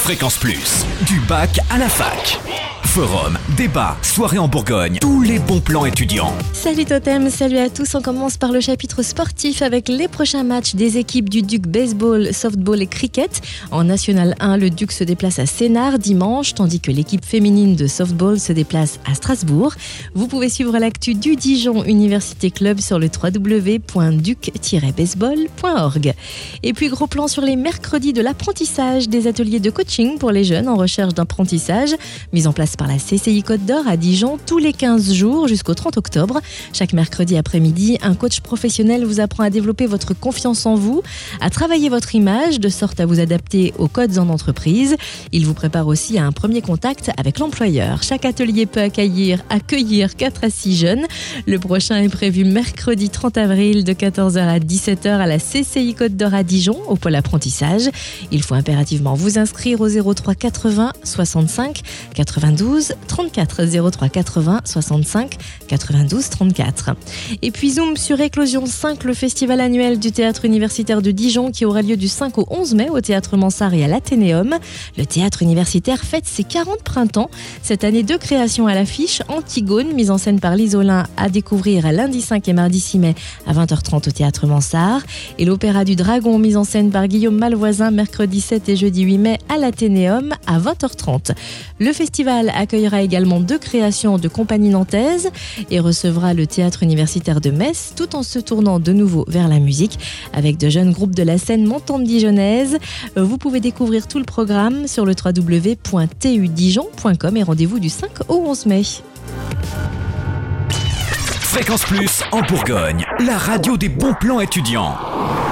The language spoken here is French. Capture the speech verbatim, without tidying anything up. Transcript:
Fréquence Plus, du bac à la fac. Forum, débat, soirée en Bourgogne, tous les bons plans étudiants. Salut Totem, salut à tous. On commence par le chapitre sportif avec les prochains matchs des équipes du Duc baseball, softball et cricket. En National un, le Duc se déplace à Sénart dimanche, tandis que l'équipe féminine de softball se déplace à Strasbourg. Vous pouvez suivre l'actu du Dijon Université Club sur le w w w point duc tiret baseball point org. Et puis gros plan sur les mercredis de l'apprentissage, des ateliers de coaching pour les jeunes en recherche d'apprentissage, mis en place par la C C I Côte d'Or à Dijon tous les quinze jours jusqu'au trente octobre. Chaque mercredi après-midi, un coach professionnel vous apprend à développer votre confiance en vous, à travailler votre image de sorte à vous adapter aux codes en entreprise. Il vous prépare aussi à un premier contact avec l'employeur. Chaque atelier peut accueillir, accueillir quatre à six jeunes. Le prochain est prévu mercredi trente avril de quatorze heures à dix-sept heures à la C C I Côte d'Or à Dijon au pôle apprentissage. Il faut impérativement vous inscrire au zéro trois quatre-vingts soixante-cinq quatre-vingt-douze trente-quatre zéro trois quatre-vingts soixante-cinq quatre-vingt-douze trente-quatre. Et puis zoom sur Éclosion cinq, le festival annuel du théâtre universitaire de Dijon qui aura lieu du cinq au onze mai au théâtre Mansart et à l'Athénéum. Le théâtre universitaire fête ses quarante printemps. Cette année, deux créations à l'affiche. Antigone, mise en scène par Lisolin, à découvrir lundi cinq et mardi six mai à vingt heures trente au théâtre Mansart. Et l'Opéra du Dragon, mise en scène par Guillaume Malvoisin, mercredi sept et jeudi huit mai à l'Athénéum à vingt heures trente. Le festival accueillera également deux créations de compagnies nantaises et recevra le théâtre universitaire de Metz tout en se tournant de nouveau vers la musique avec de jeunes groupes de la scène montante dijonnaise. Vous pouvez découvrir tout le programme sur le w w w point t u dijon point com et rendez-vous du cinq au onze mai. Fréquence Plus en Bourgogne, la radio des bons plans étudiants.